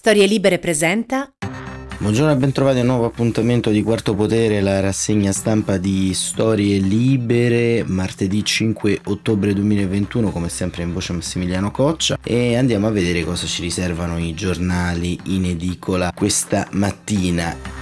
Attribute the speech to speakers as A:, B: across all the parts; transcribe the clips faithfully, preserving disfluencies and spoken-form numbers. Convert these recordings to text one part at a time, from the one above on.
A: Storie Libere presenta.
B: Buongiorno e bentrovati a un nuovo appuntamento di Quarto Potere, la rassegna stampa di Storie Libere, martedì cinque ottobre duemilaventuno, come sempre in voce Massimiliano Coccia, e andiamo a vedere cosa ci riservano i giornali in edicola questa mattina.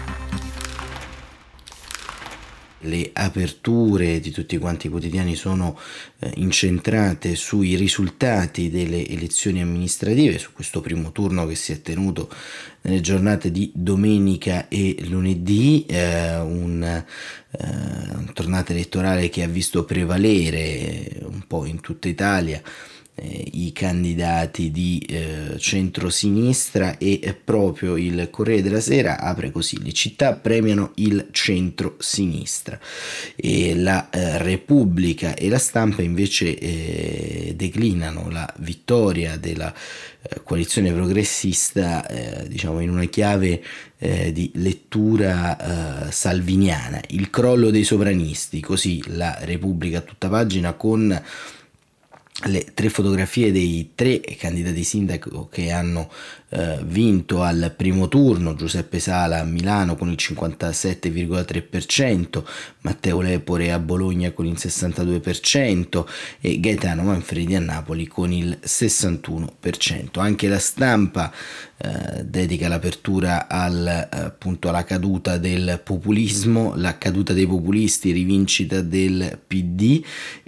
B: Le aperture di tutti quanti i quotidiani sono eh, incentrate sui risultati delle elezioni amministrative, su questo primo turno che si è tenuto nelle giornate di domenica e lunedì, eh, un, eh, una tornata elettorale che ha visto prevalere un po' in tutta Italia Eh, i candidati di eh, centrosinistra e eh, proprio il Corriere della Sera apre così: le città premiano il centrosinistra, e la eh, Repubblica e la Stampa invece eh, declinano la vittoria della eh, coalizione progressista eh, diciamo in una chiave eh, di lettura eh, salviniana. Il crollo dei sovranisti, così la Repubblica a tutta pagina, con le tre fotografie dei tre candidati sindaco che hanno eh, vinto al primo turno: Giuseppe Sala a Milano con il cinquantasette virgola tre per cento, Matteo Lepore a Bologna con il sessantadue per cento e Gaetano Manfredi a Napoli con il sessantuno per cento. Anche la Stampa eh, dedica l'apertura al, appunto, alla caduta del populismo, la caduta dei populisti, rivincita del P D,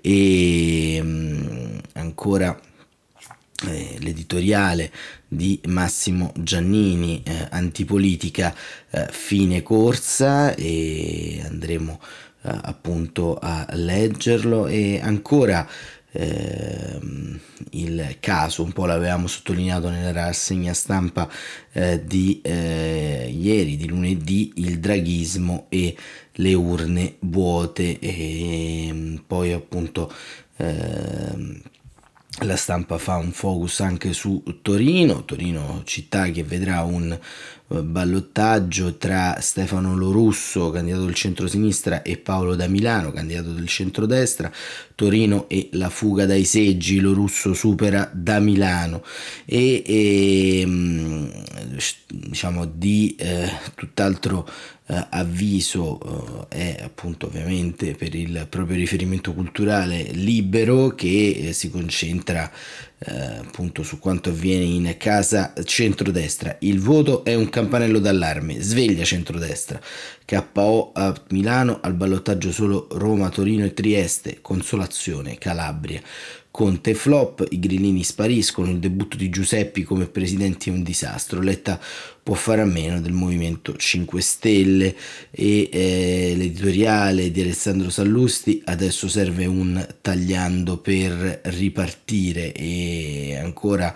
B: e mh, ancora eh, l'editoriale di Massimo Giannini, eh, antipolitica, eh, fine corsa, e andremo eh, appunto a leggerlo. E ancora eh, il caso, un po' l'avevamo sottolineato nella rassegna stampa eh, di eh, ieri, di lunedì, il draghismo e le urne vuote, e poi appunto eh, la Stampa fa un focus anche su Torino, Torino città che vedrà un ballottaggio tra Stefano Lorusso, candidato del centrosinistra, e Paolo Da Milano, candidato del centrodestra. Torino e la fuga dai seggi: Lorusso supera Da Milano. E, e diciamo di eh, tutt'altro eh, avviso eh, è appunto ovviamente per il proprio riferimento culturale Libero, che eh, si concentra eh, appunto su quanto avviene in casa centrodestra. Il voto è un campanello d'allarme, sveglia centrodestra, K O a Milano, al ballottaggio solo Roma, Torino e Trieste, consolazione Calabria. Conte flop, i grillini spariscono, il debutto di Giuseppi come presidente è un disastro, Letta può fare a meno del Movimento cinque Stelle. E eh, l'editoriale di Alessandro Sallusti: adesso serve un tagliando per ripartire. E ancora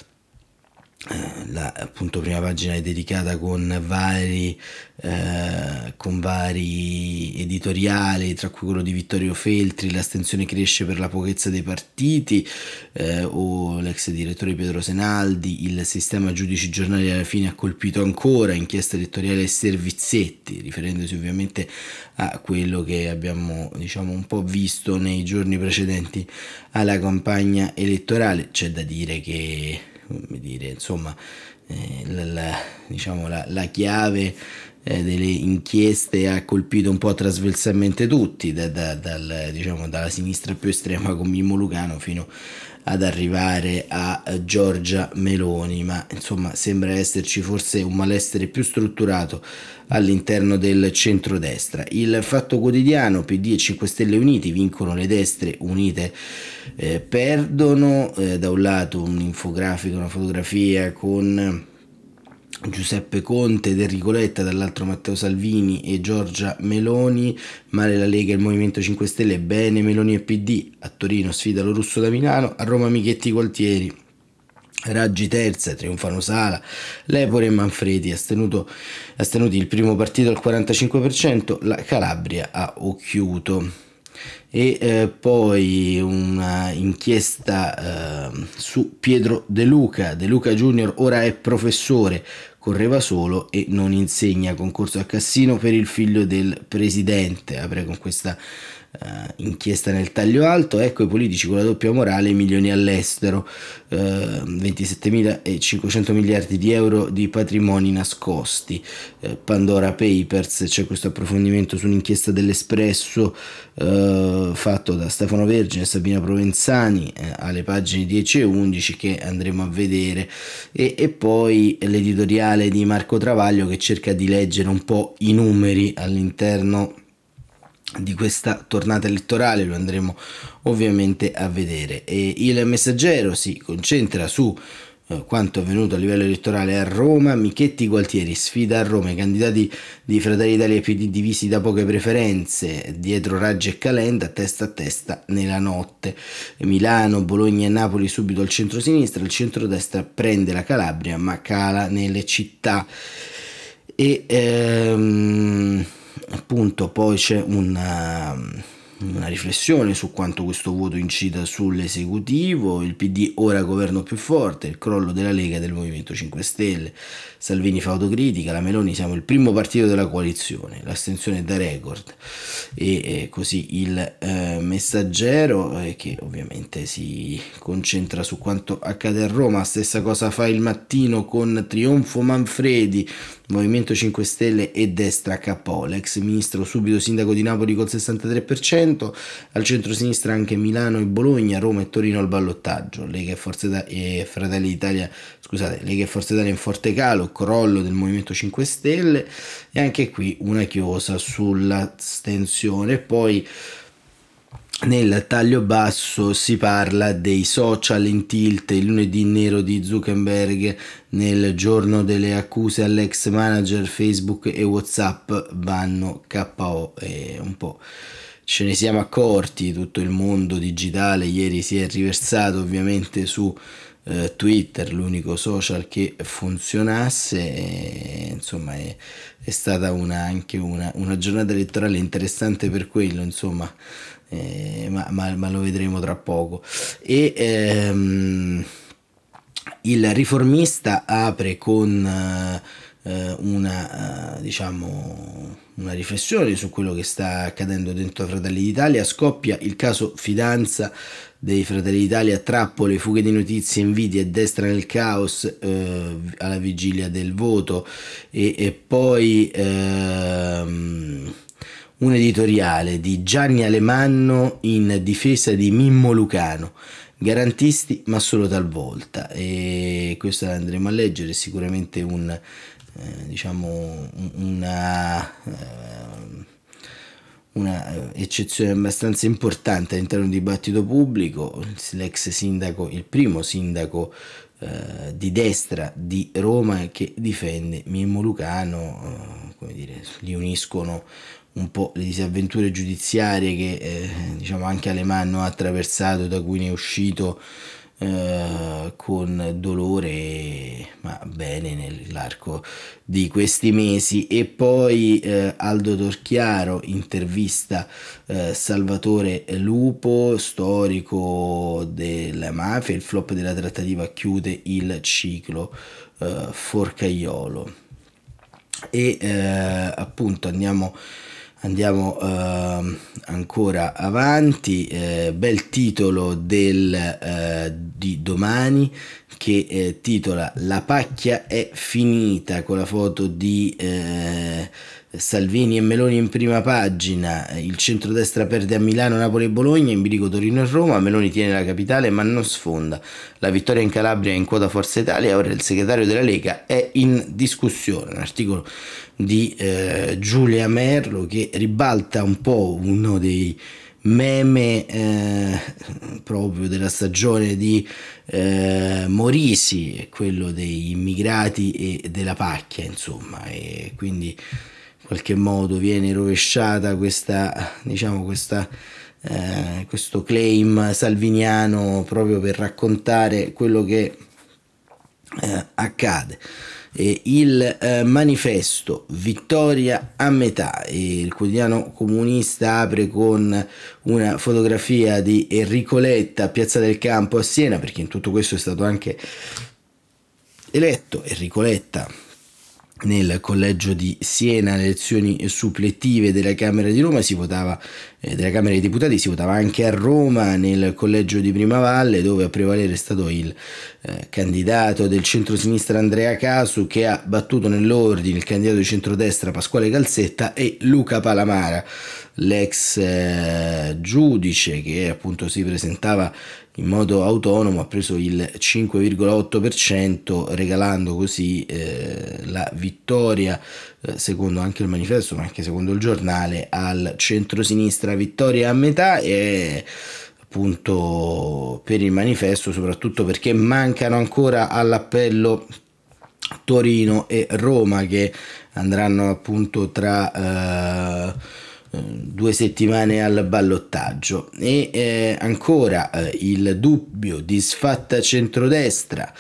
B: la appunto prima pagina è dedicata con vari eh, con vari editoriali, tra cui quello di Vittorio Feltri: l'astensione cresce per la pochezza dei partiti, eh, o l'ex direttore Pietro Senaldi: il sistema giudici giornali alla fine ha colpito ancora, inchiesta elettorale e servizietti, riferendosi ovviamente a quello che abbiamo diciamo un po' visto nei giorni precedenti alla campagna elettorale. C'è da dire che come dire, insomma, eh, la, la, diciamo la, la chiave eh, delle inchieste ha colpito un po' trasversalmente tutti, da, da, dal, diciamo, dalla sinistra più estrema con Mimmo Lucano fino ad arrivare a Giorgia Meloni, ma insomma sembra esserci forse un malessere più strutturato all'interno del centrodestra. Il Fatto Quotidiano: P D e cinque Stelle uniti, vincono le destre unite eh, perdono. Eh, da un lato un'infografica, una fotografia con Giuseppe Conte ed Enrico Letta, dall'altro Matteo Salvini e Giorgia Meloni. Male la Lega e il Movimento cinque Stelle, bene Meloni e P D. A Torino sfida Lorusso Da Milano, a Roma Michetti Gualtieri, Raggi terza, trionfano Sala, Lepore e Manfredi, astenuto, astenuti il primo partito al quarantacinque per cento, la Calabria ha occhiuto. E eh, poi una inchiesta eh, su Pietro De Luca: De Luca Junior ora è professore, correva solo e non insegna, concorso a Cassino per il figlio del presidente. Apre con questa Uh, inchiesta nel taglio alto, ecco i politici con la doppia morale, milioni all'estero, uh, ventisettemilacinquecento miliardi di euro di patrimoni nascosti, uh, Pandora Papers, c'è questo approfondimento su un'inchiesta dell'Espresso uh, fatto da Stefano Vergine e Sabina Provenzani uh, alle pagine dieci e undici che andremo a vedere, e, e poi l'editoriale di Marco Travaglio che cerca di leggere un po' i numeri all'interno di questa tornata elettorale, lo andremo ovviamente a vedere. E il Messaggero si concentra su eh, quanto avvenuto a livello elettorale a Roma. Michetti Gualtieri sfida a Roma i candidati di Fratelli d'Italia e P D divisi da poche preferenze, dietro Raggi e Calenda, testa a testa nella notte. Milano, Bologna e Napoli subito al centro-sinistra, il centrodestra prende la Calabria ma cala nelle città. E ehm, appunto poi c'è una, una riflessione su quanto questo voto incida sull'esecutivo. Il P D ora governo più forte, il crollo della Lega e del Movimento cinque Stelle, Salvini fa autocritica, la Meloni siamo il primo partito della coalizione, l'astensione è da record. E, e così il eh, Messaggero eh, che ovviamente si concentra su quanto accade a Roma. Stessa cosa fa Il Mattino con trionfo Manfredi, Movimento cinque Stelle e destra K O, l'ex ministro subito sindaco di Napoli col sessantatré per cento, al centro-sinistra anche Milano e Bologna, Roma e Torino al ballottaggio, Lega e Forza Italia e Fratelli d'Italia, scusate, Lega e Forza Italia in forte calo, crollo del Movimento cinque Stelle e anche qui una chiosa sull'astensione. Poi nel taglio basso si parla dei social in tilt, il lunedì nero di Zuckerberg, nel giorno delle accuse all'ex manager, Facebook e WhatsApp vanno K O, e un po' ce ne siamo accorti, tutto il mondo digitale ieri si è riversato ovviamente su eh, Twitter, l'unico social che funzionasse, e, insomma è, è stata una, anche una, una giornata elettorale interessante per quello, insomma. Eh, ma, ma, ma lo vedremo tra poco. E ehm, il Riformista apre con eh, una eh, diciamo una riflessione su quello che sta accadendo dentro Fratelli d'Italia. Scoppia il caso fidanza dei Fratelli d'Italia, trappole, fughe di notizie, invidia e destra nel caos eh, alla vigilia del voto. E, e poi ehm, un editoriale di Gianni Alemanno in difesa di Mimmo Lucano, garantisti ma solo talvolta, e questo andremo a leggere, sicuramente un eh, diciamo una eh, una eccezione abbastanza importante all'interno del dibattito pubblico. L'ex sindaco, il primo sindaco eh, di destra di Roma che difende Mimmo Lucano, eh, come dire, li uniscono un po' le disavventure giudiziarie che eh, diciamo anche Alemanno ha attraversato, da cui ne è uscito eh, con dolore ma bene nell'arco di questi mesi. E poi eh, Aldo Torchiaro intervista eh, Salvatore Lupo, storico della mafia, il flop della trattativa chiude il ciclo eh, Forcaiolo. E eh, appunto andiamo Andiamo uh, ancora avanti, eh, bel titolo del, uh, di domani che eh, titola La pacchia è finita, con la foto di eh, Salvini e Meloni in prima pagina. Il centrodestra perde a Milano, Napoli e Bologna, in bilico Torino e Roma, Meloni tiene la capitale ma non sfonda, la vittoria in Calabria è in quota Forza Italia, ora il segretario della Lega è in discussione. Un articolo di eh, Giulia Merlo che ribalta un po' uno dei meme eh, proprio della stagione di eh, Morisi, quello degli immigrati e della pacchia, insomma, e quindi in qualche modo viene rovesciata questa, diciamo, questa eh, questo claim salviniano proprio per raccontare quello che eh, accade. E il eh, manifesto, vittoria a metà, e il quotidiano comunista apre con una fotografia di Enrico Letta a Piazza del Campo a Siena, perché in tutto questo è stato anche eletto Enrico Letta nel collegio di Siena, le elezioni suppletive della Camera di Roma si votava, eh, della Camera dei Deputati si votava anche a Roma nel collegio di Primavalle, dove a prevalere è stato il eh, candidato del centrosinistra Andrea Casu, che ha battuto nell'ordine il candidato di centrodestra Pasquale Calzetta e Luca Palamara, l'ex eh, giudice che appunto si presentava in modo autonomo, ha preso il cinque virgola otto per cento, regalando così eh, la vittoria, eh, secondo anche il manifesto ma anche secondo il giornale, al centrosinistra. Vittoria a metà e appunto per il manifesto, soprattutto perché mancano ancora all'appello Torino e Roma, che andranno appunto tra eh, due settimane al ballottaggio. E eh, ancora eh, il dubbio, disfatta centrodestra,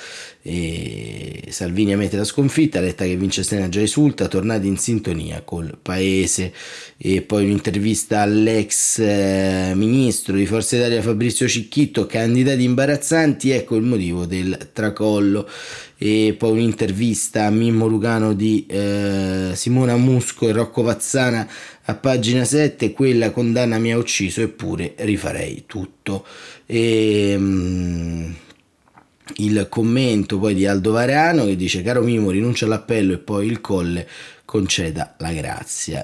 B: e Salvini ammette la sconfitta, Letta che vince Serena già esulta, tornati in sintonia col paese. E poi un'intervista all'ex eh, ministro di Forza Italia Fabrizio Cicchitto, candidati imbarazzanti, ecco il motivo del tracollo. E poi un'intervista a Mimmo Lucano di eh, Simona Musco e Rocco Vazzana a pagina sette, quella condanna mi ha ucciso eppure rifarei tutto. E um, il commento poi di Aldo Varano che dice: caro Mimmo, rinuncia all'appello e poi il Colle conceda la grazia.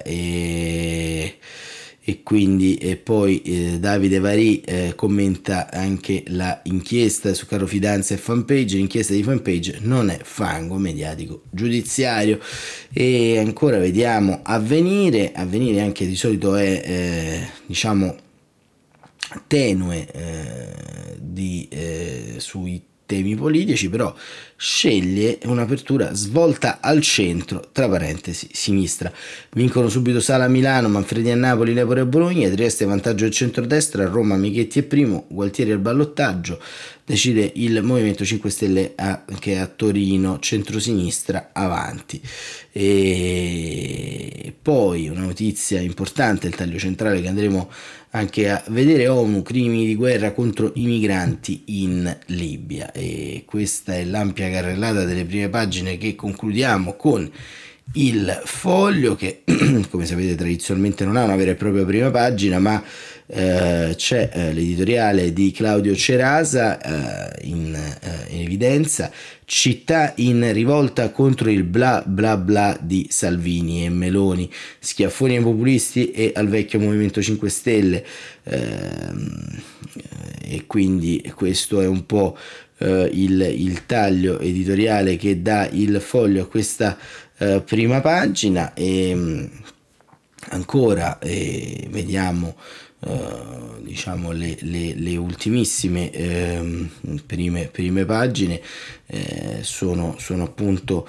B: E e quindi e poi eh, Davide Varì eh, commenta anche la inchiesta su Caro Fidanza e Fanpage. L'inchiesta di Fanpage non è fango mediatico giudiziario. E ancora vediamo Avvenire. Avvenire anche di solito è eh, diciamo tenue eh, di, eh, sui temi politici, però sceglie un'apertura svolta al centro, tra parentesi sinistra. Vincono subito Sala a Milano, Manfredi a Napoli, Lepore a Bologna, Trieste vantaggio del centrodestra, Roma Michetti è primo, Gualtieri al ballottaggio, decide il Movimento cinque Stelle anche a Torino, centrosinistra avanti. E poi una notizia importante, il taglio centrale che andremo anche a vedere: ONU, crimini di guerra contro i migranti in Libia. E questa è l'ampia carrellata delle prime pagine che concludiamo con il Foglio, che come sapete tradizionalmente non ha una vera e propria prima pagina, ma eh, c'è eh, l'editoriale di Claudio Cerasa eh, in, eh, in evidenza. Città in rivolta contro il bla bla bla di Salvini e Meloni, schiaffoni ai populisti e al vecchio Movimento cinque Stelle. Ehm, e quindi questo è un po' eh, il, il taglio editoriale che dà il Foglio a questa eh, prima pagina. E ancora eh, vediamo Uh, diciamo le, le, le ultimissime eh, prime, prime pagine eh, sono, sono appunto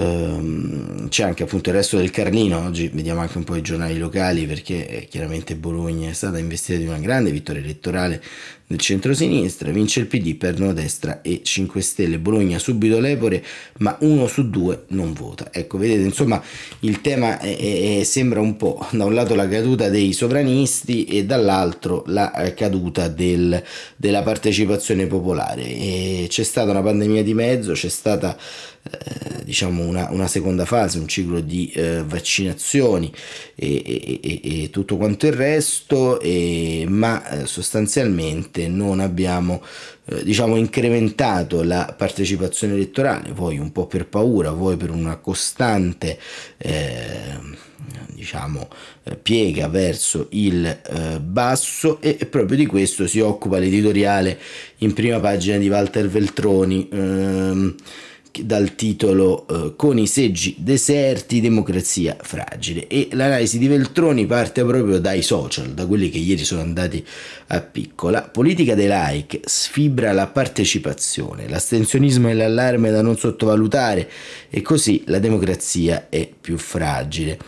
B: ehm, c'è anche appunto il resto del Carlino. Oggi vediamo anche un po' i giornali locali, perché eh, chiaramente Bologna è stata investita di una grande vittoria elettorale del centro-sinistra, vince il P D, perdono destra e cinque Stelle. Bologna subito Lepore, ma uno su due non vota. Ecco, vedete, insomma il tema è, è, sembra un po' da un lato la caduta dei sovranisti e dall'altro la caduta del, della partecipazione popolare. E c'è stata una pandemia di mezzo, c'è stata eh, diciamo una, una seconda fase, un ciclo di eh, vaccinazioni e, e, e, e tutto quanto il resto, e, ma eh, sostanzialmente non abbiamo eh, diciamo incrementato la partecipazione elettorale, poi un po' per paura, poi per una costante eh, diciamo eh, piega verso il eh, basso. E proprio di questo si occupa l'editoriale in prima pagina di Walter Veltroni, ehm, dal titolo eh, Con i seggi deserti, democrazia fragile. E l'analisi di Veltroni parte proprio dai social, da quelli che ieri sono andati a piccola. Politica dei like sfibra la partecipazione, l'astensionismo e l'allarme da non sottovalutare, e così la democrazia è più fragile.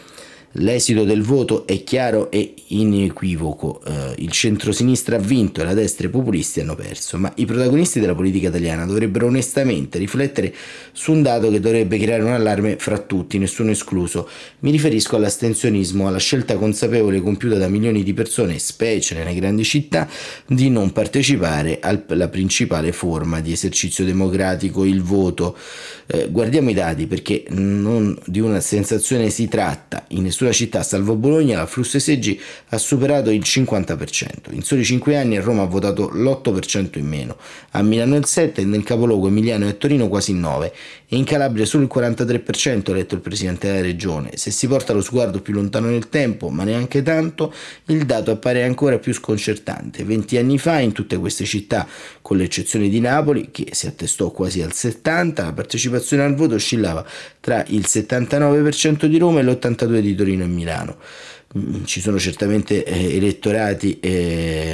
B: L'esito del voto è chiaro e inequivoco. Eh, il centrosinistra ha vinto e la destra e i populisti hanno perso, ma i protagonisti della politica italiana dovrebbero onestamente riflettere su un dato che dovrebbe creare un allarme fra tutti, nessuno escluso. Mi riferisco all'astensionismo, alla scelta consapevole compiuta da milioni di persone, specie nelle grandi città, di non partecipare alla principale forma di esercizio democratico, il voto. Eh, guardiamo i dati, perché non di una sensazione si tratta. In nessuna città, salvo Bologna, l'afflusso ai seggi ha superato il cinquanta per cento. In soli cinque anni a Roma ha votato l'otto per cento in meno, a Milano il sette per cento e nel capoluogo emiliano e a Torino quasi il nove per cento, e in Calabria solo il quarantatré per cento ha eletto il presidente della regione. Se si porta lo sguardo più lontano nel tempo, ma neanche tanto, il dato appare ancora più sconcertante. venti anni fa in tutte queste città, con l'eccezione di Napoli, che si attestò quasi al settanta, la partecipazione al voto oscillava tra il settantanove per cento di Roma e l'ottantadue per cento di Torino e Milano. Ci sono certamente eh, elettorati eh,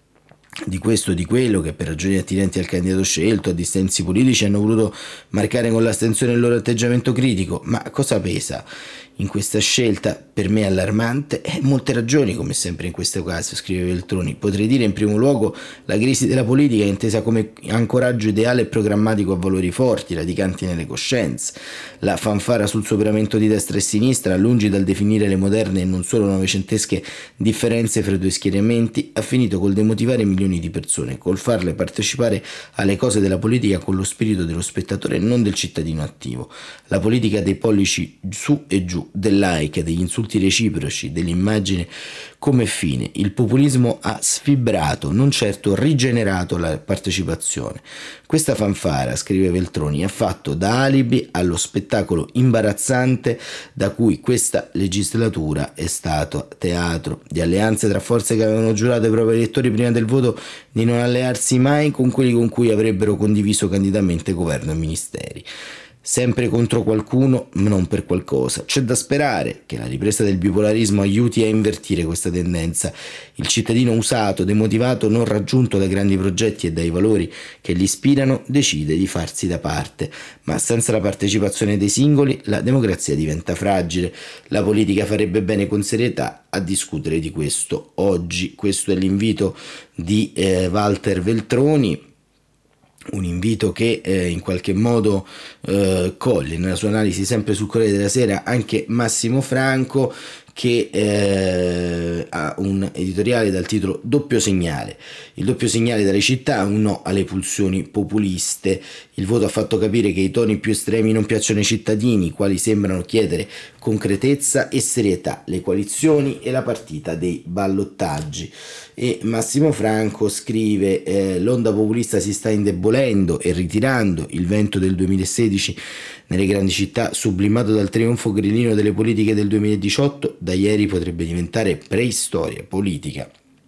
B: di questo o di quello che per ragioni attinenti al candidato scelto, a dissensi politici, hanno voluto marcare con l'astensione il loro atteggiamento critico, ma cosa pesa in questa scelta, per me allarmante? Eh, molte ragioni, come sempre in questo caso, scrive Veltroni. Potrei dire in primo luogo la crisi della politica intesa come ancoraggio ideale e programmatico a valori forti, radicanti nelle coscienze. La fanfara sul superamento di destra e sinistra, lungi dal definire le moderne e non solo novecentesche differenze fra i due schieramenti, ha finito col demotivare milioni di persone, col farle partecipare alle cose della politica con lo spirito dello spettatore e non del cittadino attivo. La politica dei pollici su e giù, del like, degli insulti reciproci, dell'immagine come fine. Il populismo ha sfibrato, non certo rigenerato la partecipazione. Questa fanfara, scrive Veltroni, ha fatto da alibi allo spettacolo imbarazzante da cui questa legislatura è stato teatro, di alleanze tra forze che avevano giurato ai propri elettori prima del voto di non allearsi mai con quelli con cui avrebbero condiviso candidamente governo e ministeri. Sempre contro qualcuno, non per qualcosa. C'è da sperare che la ripresa del bipolarismo aiuti a invertire questa tendenza. Il cittadino usato, demotivato, non raggiunto dai grandi progetti e dai valori che li ispirano, decide di farsi da parte. Ma senza la partecipazione dei singoli, la democrazia diventa fragile. La politica farebbe bene con serietà a discutere di questo oggi. Questo è l'invito di eh, Walter Veltroni. Un invito che eh, in qualche modo eh, coglie nella sua analisi sempre sul Corriere della Sera anche Massimo Franco, che eh, ha un editoriale dal titolo Doppio segnale. Il doppio segnale dalle città, un no alle pulsioni populiste. Il voto ha fatto capire che i toni più estremi non piacciono ai cittadini, i quali sembrano chiedere concretezza e serietà, le coalizioni e la partita dei ballottaggi. E Massimo Franco scrive eh, l'onda populista si sta indebolendo e ritirando, il vento del duemilasedici nelle grandi città, sublimato dal trionfo grillino delle politiche del duemiladiciotto, da ieri potrebbe diventare preistoria politica.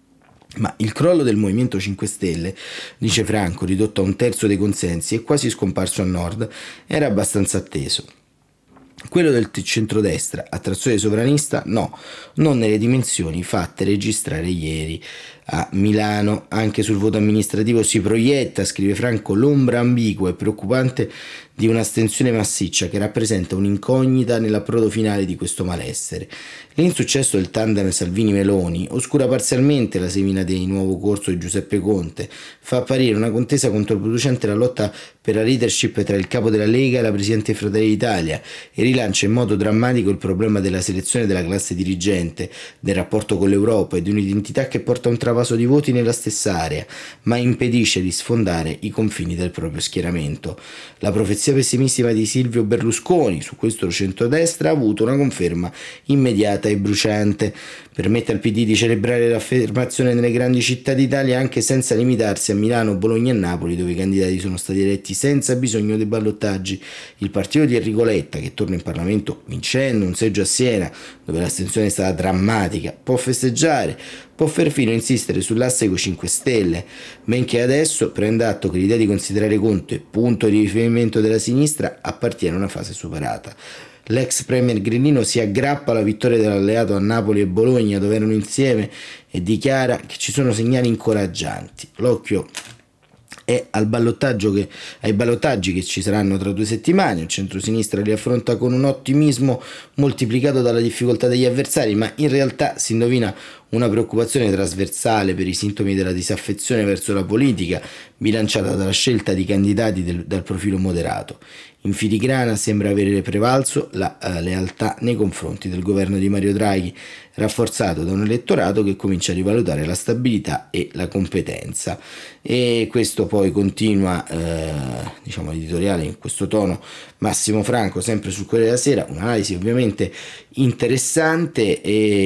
B: Ma il crollo del Movimento cinque Stelle, dice Franco, ridotto a un terzo dei consensi e quasi scomparso a nord, era abbastanza atteso. Quello del centrodestra, a trazione sovranista, no, non nelle dimensioni fatte registrare ieri a Milano. Anche sul voto amministrativo si proietta, scrive Franco, l'ombra ambigua e preoccupante di un'astensione massiccia che rappresenta un'incognita nell'approdo finale di questo malessere. L'insuccesso del tandem Salvini-Meloni oscura parzialmente la semina del nuovo corso di Giuseppe Conte, fa apparire una contesa controproducente la lotta per la leadership tra il capo della Lega e la presidente di Fratelli d'Italia e rilancia in modo drammatico il problema della selezione della classe dirigente, del rapporto con l'Europa e di un'identità che porta un travaso di voti nella stessa area, ma impedisce di sfondare i confini del proprio schieramento. La profezia pessimistica di Silvio Berlusconi su questo centrodestra ha avuto una conferma immediata e bruciante. Permette al P D di celebrare l'affermazione nelle grandi città d'Italia anche senza limitarsi a Milano, Bologna e Napoli, dove i candidati sono stati eletti senza bisogno dei ballottaggi. Il partito di Enrico Letta, che torna in Parlamento vincendo un seggio a Siena, dove l'astensione è stata drammatica, può festeggiare, può perfino insistere sull'asse con cinque Stelle, benché adesso prenda atto che l'idea di considerare Conte punto di riferimento della sinistra appartiene a una fase superata. L'ex premier grillino si aggrappa alla vittoria dell'alleato a Napoli e Bologna, dove erano insieme, e dichiara che ci sono segnali incoraggianti. L'occhio E al ballottaggio che, ai ballottaggi che ci saranno tra due settimane, il centrosinistra li affronta con un ottimismo moltiplicato dalla difficoltà degli avversari, ma in realtà si indovina una preoccupazione trasversale per i sintomi della disaffezione verso la politica, bilanciata dalla scelta di candidati del, dal profilo moderato. In filigrana sembra avere prevalso la uh, lealtà nei confronti del governo di Mario Draghi, rafforzato da un elettorato che comincia a rivalutare la stabilità e la competenza. E questo poi continua, eh, diciamo, l'editoriale in questo tono Massimo Franco, sempre sul Corriere della Sera, un'analisi ovviamente interessante.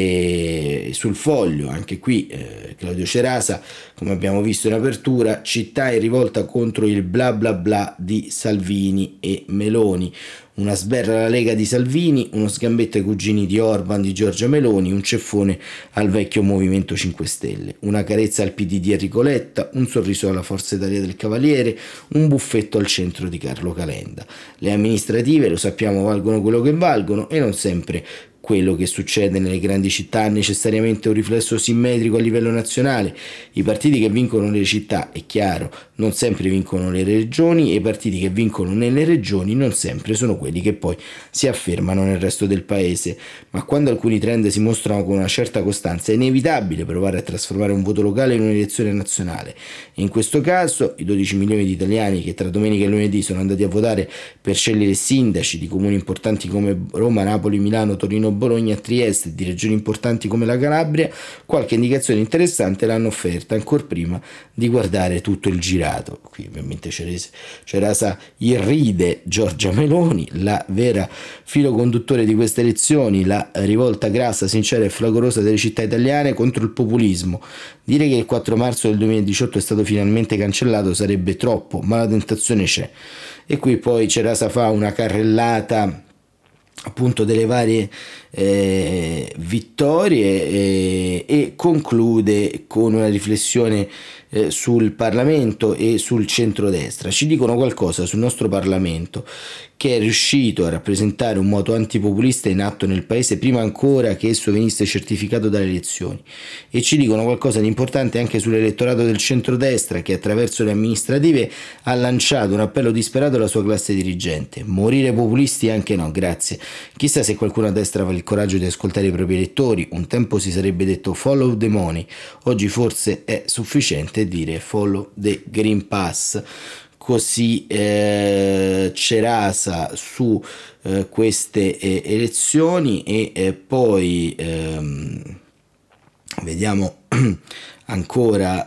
B: E sul Foglio, anche qui eh, Claudio Cerasa, come abbiamo visto in apertura, città in rivolta contro il bla bla bla di Salvini e Meloni. Una sberla alla Lega di Salvini, uno sgambetto ai cugini di Orban di Giorgia Meloni, un ceffone al vecchio Movimento cinque Stelle, una carezza al P D di Enrico Letta, un sorriso alla Forza Italia del Cavaliere, un buffetto al centro di Carlo Calenda. Le amministrative, lo sappiamo, valgono quello che valgono e non sempre quello che succede nelle grandi città ha necessariamente un riflesso simmetrico a livello nazionale. I partiti che vincono le città, è chiaro, non sempre vincono le regioni, e i partiti che vincono nelle regioni non sempre sono quelli che poi si affermano nel resto del paese. Ma quando alcuni trend si mostrano con una certa costanza è inevitabile provare a trasformare un voto locale in un'elezione nazionale. E in questo caso i dodici milioni di italiani che tra domenica e lunedì sono andati a votare per scegliere sindaci di comuni importanti come Roma, Napoli, Milano, Torino, Bologna, Trieste, di regioni importanti come la Calabria, qualche indicazione interessante l'hanno offerta ancora prima di guardare tutto il girato. Qui ovviamente Cerasa irride Giorgia Meloni, la vera filo conduttore di queste elezioni, la rivolta grassa, sincera e fragorosa delle città italiane contro il populismo. Dire che il quattro marzo del duemiladiciotto è stato finalmente cancellato sarebbe troppo, ma la tentazione c'è. E qui poi Cerasa fa una carrellata appunto delle varie eh, vittorie eh, e conclude con una riflessione eh, sul Parlamento e sul centrodestra. Ci dicono qualcosa sul nostro Parlamento, che è riuscito a rappresentare un moto antipopulista in atto nel paese prima ancora che esso venisse certificato dalle elezioni, e ci dicono qualcosa di importante anche sull'elettorato del centrodestra, che attraverso le amministrative ha lanciato un appello disperato alla sua classe dirigente: morire populisti anche no, grazie. Chissà se qualcuno a destra aveva il coraggio di ascoltare i propri elettori. Un tempo si sarebbe detto follow the money, oggi forse è sufficiente dire follow the Green Pass. Così eh, Cerasa su eh, queste eh, elezioni. E eh, poi ehm, vediamo ancora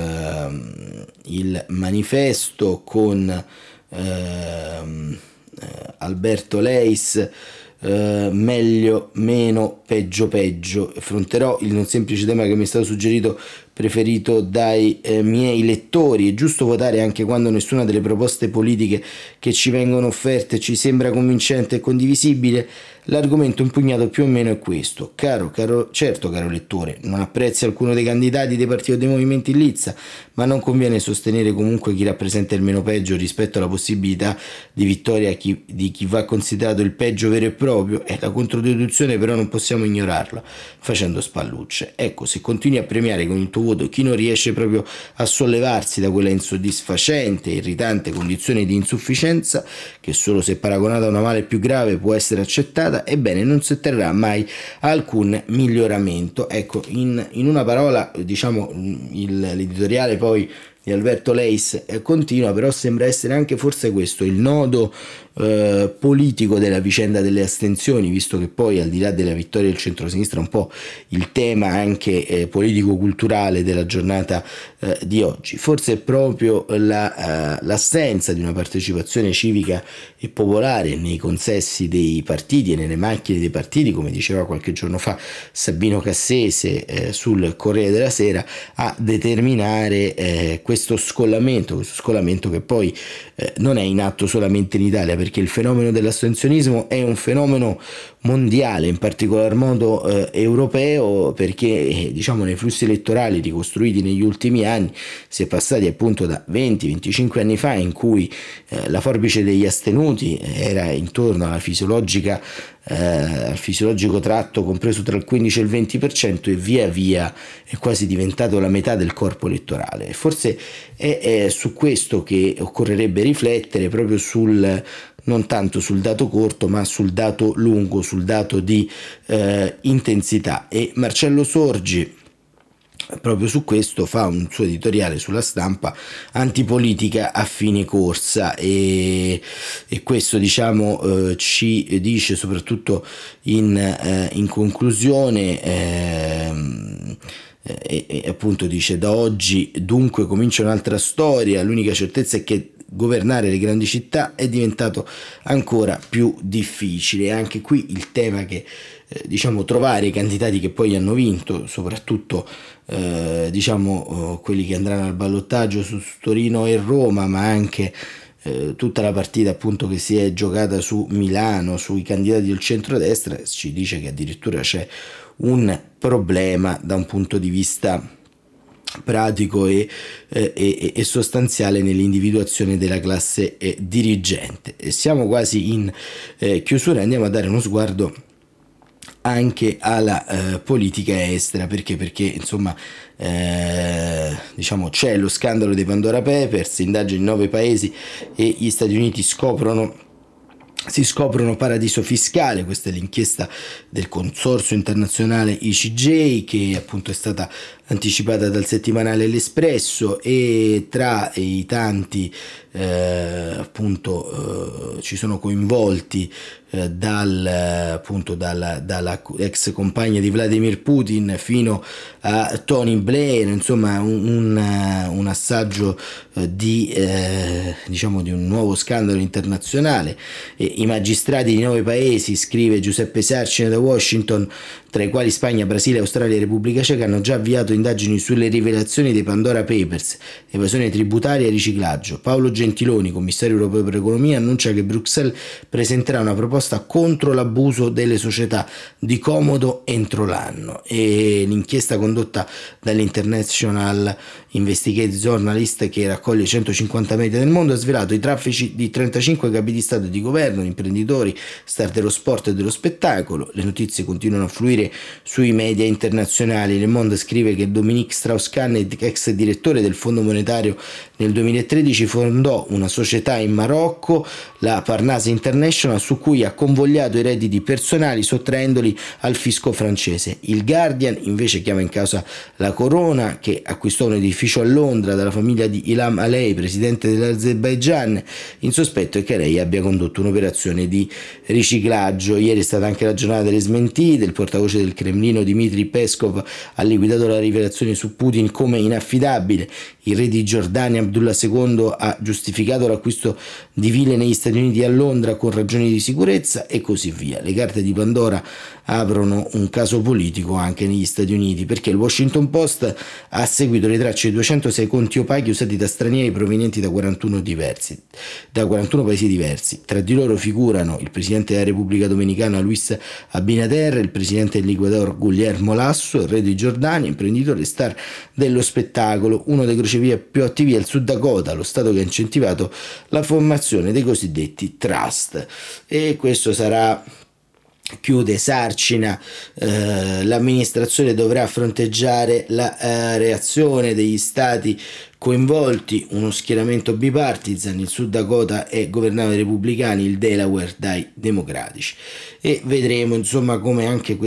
B: ehm, il Manifesto con ehm, Alberto Leis. Uh, meglio, meno, peggio, peggio. Affronterò il non semplice tema che mi è stato suggerito, preferito dai eh, miei lettori. È giusto votare anche quando nessuna delle proposte politiche che ci vengono offerte ci sembra convincente e condivisibile? L'argomento impugnato più o meno è questo. Caro, caro, certo, caro lettore, non apprezzi alcuno dei candidati dei partiti o dei movimenti in lizza, ma non conviene sostenere comunque chi rappresenta il meno peggio rispetto alla possibilità di vittoria chi, di chi va considerato il peggio vero e proprio? E la controdeduzione però non possiamo ignorarla facendo spallucce. Ecco, se continui a premiare con il tuo voto chi non riesce proprio a sollevarsi da quella insoddisfacente e irritante condizione di insufficienza, che solo se paragonata a una male più grave può essere accettata, ebbene non si otterrà mai alcun miglioramento. Ecco, in, in una parola, diciamo, il, l'editoriale poi di Alberto Leis eh, continua, però sembra essere anche forse questo il nodo eh, politico della vicenda delle astensioni, visto che poi al di là della vittoria del centrosinistra un po' il tema anche eh, politico-culturale della giornata eh, di oggi forse è proprio la, uh, l'assenza di una partecipazione civica e popolare nei consessi dei partiti e nelle macchine dei partiti, come diceva qualche giorno fa Sabino Cassese eh, sul Corriere della Sera, a determinare eh, questo scollamento, questo scollamento che poi eh, non è in atto solamente in Italia, perché il fenomeno dell'astensionismo è un fenomeno mondiale, in particolar modo eh, europeo, perché eh, diciamo nei flussi elettorali ricostruiti negli ultimi anni si è passati appunto da venti venticinque anni fa, in cui eh, la forbice degli astenuti era intorno alla fisiologica eh, al fisiologico tratto compreso tra il quindici e il venti per cento e via via è quasi diventato la metà del corpo elettorale. E forse è, è su questo che occorrerebbe riflettere, proprio sul non tanto sul dato corto ma sul dato lungo, sul dato di eh, intensità. E Marcello Sorgi proprio su questo fa un suo editoriale sulla Stampa, antipolitica a fine corsa, e, e questo diciamo eh, ci dice soprattutto in, eh, in conclusione ehm, e, e appunto dice: da oggi dunque comincia un'altra storia, l'unica certezza è che governare le grandi città è diventato ancora più difficile. Anche qui il tema che eh, diciamo trovare i candidati che poi hanno vinto, soprattutto eh, diciamo eh, quelli che andranno al ballottaggio su, su Torino e Roma, ma anche eh, tutta la partita appunto che si è giocata su Milano, sui candidati del centrodestra, ci dice che addirittura c'è un problema da un punto di vista pratico e, eh, e, e sostanziale nell'individuazione della classe eh, dirigente. E siamo quasi in eh, chiusura, andiamo a dare uno sguardo anche alla eh, politica estera, perché perché insomma eh, diciamo c'è lo scandalo dei Pandora Papers, indagini in nove paesi e gli Stati Uniti scoprono si scoprono paradiso fiscale. Questa è l'inchiesta del consorzio internazionale I C J, che appunto è stata anticipata dal settimanale L'Espresso, e tra i tanti eh, appunto eh, ci sono coinvolti eh, dal appunto dalla, dalla ex compagna di Vladimir Putin fino a Tony Blair, insomma un, un, un assaggio eh, di eh, diciamo di un nuovo scandalo internazionale. E i magistrati di nove paesi, scrive Giuseppe Sarcina da Washington, tra i quali Spagna, Brasile, Australia e Repubblica Ceca, hanno già avviato indagini sulle rivelazioni dei Pandora Papers, evasione tributaria e riciclaggio. Paolo Gentiloni, commissario europeo per l'economia, annuncia che Bruxelles presenterà una proposta contro l'abuso delle società di comodo entro l'anno. E l'inchiesta condotta dall'International Investigative Journalist, che raccoglie centocinquanta media del mondo, ha svelato i traffici di trentacinque capi di Stato e di governo, imprenditori, star dello sport e dello spettacolo. Le notizie continuano a fluire sui media internazionali. Le Monde scrive che Dominique Strauss-Kahn, ex direttore del Fondo Monetario, nel duemilatredici fondò una società in Marocco, la Parnase International, su cui ha convogliato i redditi personali sottraendoli al fisco francese. Il Guardian invece chiama in causa la Corona, che acquistò un edificio a Londra dalla famiglia di Ilham Alei, presidente dell'Azerbaigian. In sospetto è che lei abbia condotto un'operazione di riciclaggio. Ieri è stata anche la giornata delle smentite. Il portavoce del Cremlino Dmitry Peskov ha liquidato la rivelazione su Putin come inaffidabile. Il re di Giordania Abdullah secondo ha giustificato l'acquisto di ville negli Stati Uniti a Londra con ragioni di sicurezza, e così via. Le carte di Pandora aprono un caso politico anche negli Stati Uniti, perché il Washington Post ha seguito le tracce di duecentosei conti opachi usati da stranieri provenienti da quarantuno diversi, da quarantuno paesi diversi. Tra di loro figurano il presidente della Repubblica Dominicana Luis Abinader, il presidente dell'Ecuador Guillermo Lasso, il re di Giordania, imprenditore e star dello spettacolo. Uno dei crocevia più attivi è il Sud Dakota, lo stato che ha incentivato la formazione dei cosiddetti trust. E questo sarà, chiude Sarcina, eh, l'amministrazione dovrà fronteggiare la eh, reazione degli stati coinvolti, uno schieramento bipartisan. Il Sud Dakota è governato dai repubblicani, il Delaware dai democratici, e vedremo insomma come anche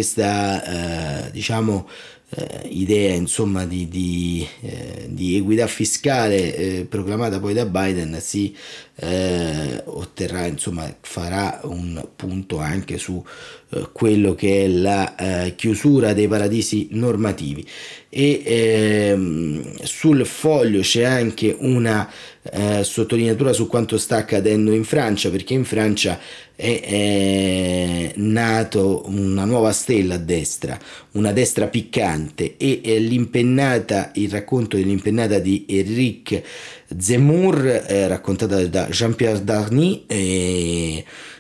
B: questa eh, diciamo eh, idea insomma di, di, eh, di equità fiscale eh, proclamata poi da Biden si eh, otterrà, insomma farà un punto anche su eh, quello che è la eh, chiusura dei paradisi normativi. E ehm, sul Foglio c'è anche una eh, sottolineatura su quanto sta accadendo in Francia, perché in Francia è, è nato una nuova stella a destra, una destra piccante, e eh, l'impennata, il racconto dell'impennata di Éric Zemmour, eh, raccontata da Jean-Pierre Darny, eh,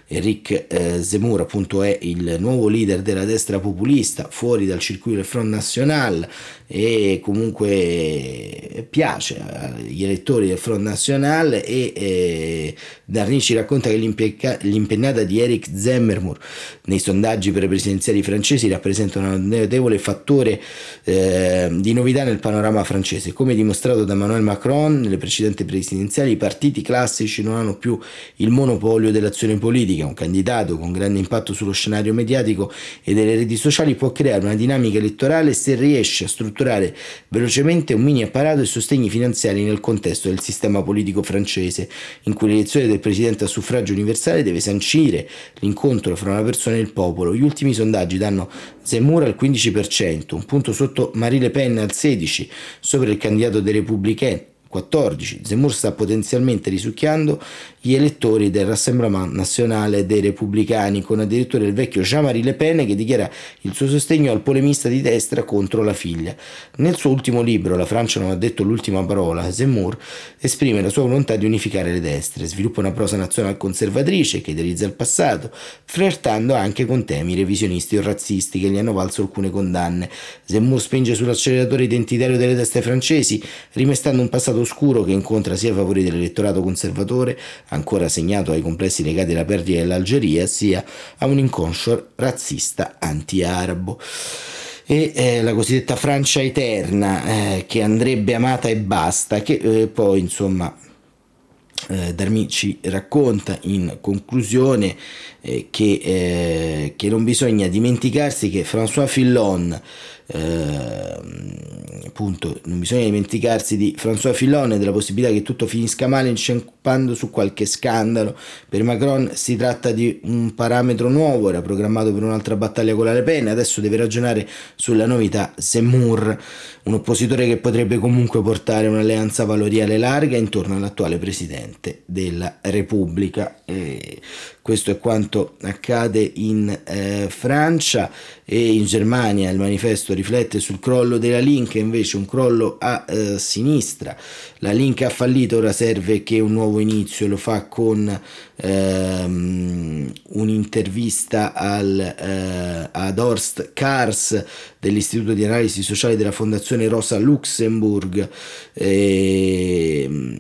B: Eric eh, Zemmour appunto è il nuovo leader della destra populista fuori dal circuito del Front National e comunque piace agli elettori del Front National e eh, Darny ci racconta che l'impennata di Eric Zemmour nei sondaggi per le presidenziali francesi rappresenta un notevole fattore eh, di novità nel panorama francese. Come dimostrato da Emmanuel Macron nelle precedenti presidenziali, i partiti classici non hanno più il monopolio dell'azione politica. Un candidato con grande impatto sullo scenario mediatico e delle reti sociali può creare una dinamica elettorale se riesce a strutturare velocemente un mini apparato e sostegni finanziari nel contesto del sistema politico francese, in cui l'elezione del presidente a suffragio universale deve sancire l'incontro fra una persona e il popolo. Gli ultimi sondaggi danno Zemmour al quindici per cento, un punto sotto Marine Le Pen al sedici per cento, sopra il candidato dei Républicains quattordici. Zemmour sta potenzialmente risucchiando gli elettori del Rassemblement National dei Repubblicani, con addirittura il vecchio Jean-Marie Le Pen che dichiara il suo sostegno al polemista di destra contro la figlia. Nel suo ultimo libro, La Francia non ha detto l'ultima parola, Zemmour esprime la sua volontà di unificare le destre, sviluppa una prosa nazional-conservatrice che idealizza il passato, flirtando anche con temi revisionisti o razzisti che gli hanno valso alcune condanne. Zemmour spinge sull'acceleratore identitario delle destre francesi, rimestando un passato oscuro che incontra sia i favori dell'elettorato conservatore, ancora segnato dai complessi legati alla perdita dell'Algeria, sia a un inconscio razzista anti-arabo. E eh, la cosiddetta Francia eterna, eh, che andrebbe amata e basta, che eh, poi insomma eh, Darmy ci racconta in conclusione eh, che, eh, che non bisogna dimenticarsi che François Fillon Eh, appunto non bisogna dimenticarsi di François Fillon e della possibilità che tutto finisca male inciampando su qualche scandalo. Per Macron si tratta di un parametro nuovo, era programmato per un'altra battaglia con la Le Pen, adesso deve ragionare sulla novità Zemmour, un oppositore che potrebbe comunque portare un'alleanza valoriale larga intorno all'attuale presidente della Repubblica. E questo è quanto accade in eh, Francia. E in Germania il manifesto riflette sul crollo della Link, invece un crollo a eh, sinistra. La Link ha fallito, ora serve che un nuovo inizio, lo fa con ehm, un'intervista al, eh, ad Horst Kars dell'Istituto di Analisi Sociale della Fondazione Rosa Luxemburg, e,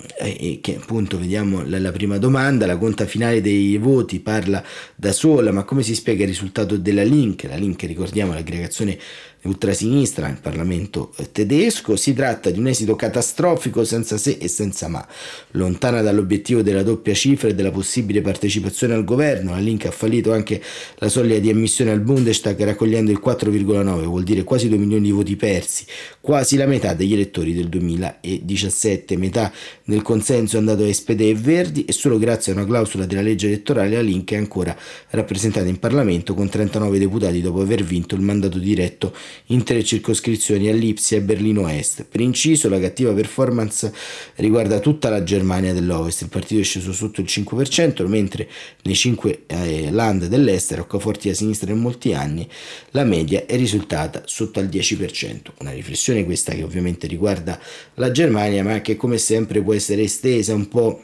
B: e che appunto vediamo la, la prima domanda, la conta finale dei voti parla da sola, ma come si spiega il risultato della Link? La Link, ricordiamo, l'aggregazione ultrasinistra nel Parlamento tedesco. Si tratta di un esito catastrofico senza se e senza ma, lontana dall'obiettivo della doppia cifra e della possibile partecipazione al governo. La Link ha fallito anche la soglia di ammissione al Bundestag, raccogliendo il quattro virgola nove, vuol dire quasi due milioni di voti persi, quasi la metà degli elettori del duemiladiciassette. Metà del consenso è andato a S P D e Verdi, e solo grazie a una clausola della legge elettorale la Link è ancora rappresentata in Parlamento con trentanove deputati dopo aver vinto il mandato diretto in tre circoscrizioni a Lipsia e Berlino Est. Per inciso, la cattiva performance riguarda tutta la Germania dell'Ovest. Il partito è sceso sotto il cinque per cento, mentre nei cinque eh, land dell'est, roccaforti a sinistra in molti anni, la media è risultata sotto al dieci per cento. Una riflessione questa che ovviamente riguarda la Germania, ma che come sempre può essere estesa un po'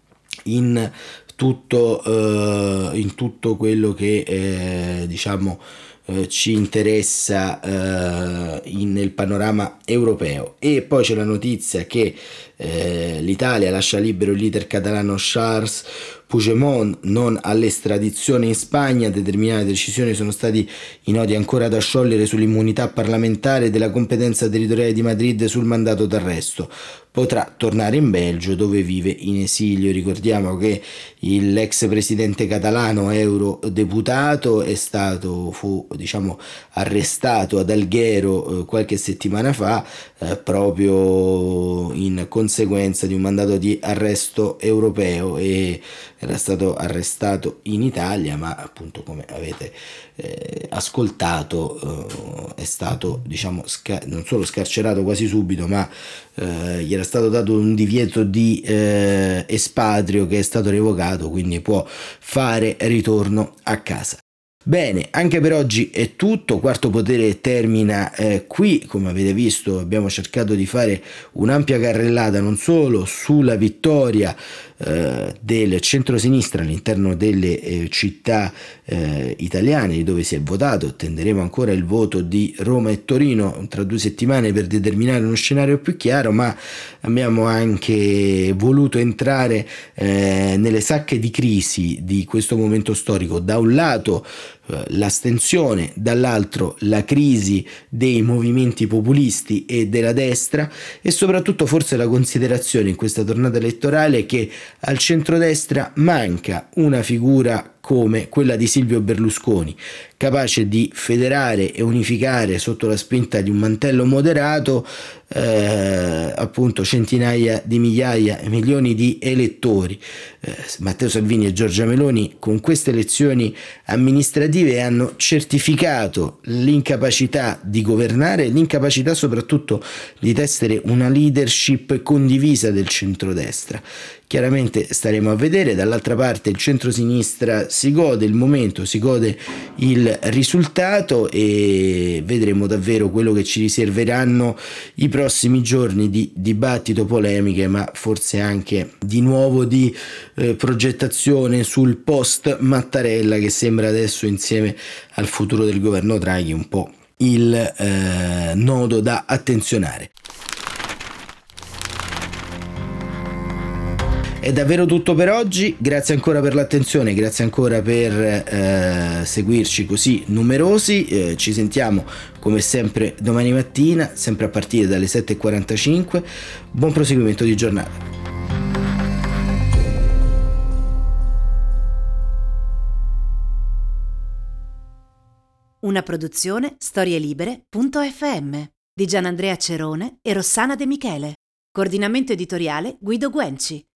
B: in tutto, eh, in tutto quello che eh, diciamo Uh, ci interessa uh, in, nel panorama europeo. E poi c'è la notizia che uh, l'Italia lascia libero il leader catalano Charles Puigdemont, non all'estradizione in Spagna. Determinate decisioni sono stati i nodi ancora da sciogliere sull'immunità parlamentare e della competenza territoriale di Madrid sul mandato d'arresto. Potrà tornare in Belgio, dove vive in esilio. Ricordiamo che l'ex presidente catalano, eurodeputato, è stato fu diciamo arrestato ad Alghero eh, qualche settimana fa eh, proprio in conseguenza di un mandato di arresto europeo, e era stato arrestato in Italia, ma appunto, come avete eh, ascoltato, eh, è stato diciamo sca- non solo scarcerato quasi subito, ma eh, gli era stato dato un divieto di eh, espatrio che è stato revocato, quindi può fare ritorno a casa. Bene, anche per oggi è tutto. Quarto Potere termina eh, qui. Come avete visto, abbiamo cercato di fare un'ampia carrellata non solo sulla vittoria eh, del centrosinistra all'interno delle eh, città eh, italiane dove si è votato. Attenderemo ancora il voto di Roma e Torino tra due settimane per determinare uno scenario più chiaro, ma abbiamo anche voluto entrare eh, nelle sacche di crisi di questo momento storico. Da un lato l'astensione, dall'altro la crisi dei movimenti populisti e della destra, e soprattutto forse la considerazione in questa tornata elettorale che al centrodestra manca una figura come quella di Silvio Berlusconi, capace di federare e unificare sotto la spinta di un mantello moderato eh, appunto centinaia di migliaia e milioni di elettori. Eh, Matteo Salvini e Giorgia Meloni con queste elezioni amministrative hanno certificato l'incapacità di governare, l'incapacità soprattutto di tessere una leadership condivisa del centrodestra. Chiaramente staremo a vedere. Dall'altra parte il centrosinistra si gode il momento, si gode il risultato, e vedremo davvero quello che ci riserveranno i prossimi giorni di dibattito, polemiche, ma forse anche di nuovo di eh, progettazione sul post Mattarella, che sembra adesso, insieme al futuro del governo Draghi, un po' il eh, nodo da attenzionare. È davvero tutto per oggi, grazie ancora per l'attenzione, grazie ancora per eh, seguirci così numerosi. Eh, ci sentiamo come sempre domani mattina, sempre a partire dalle sette e quarantacinque. Buon proseguimento di giornata.
A: Una produzione storielibere punto effe emme di Gianandrea Cerone e Rossana De Michele. Coordinamento editoriale Guido Guenci.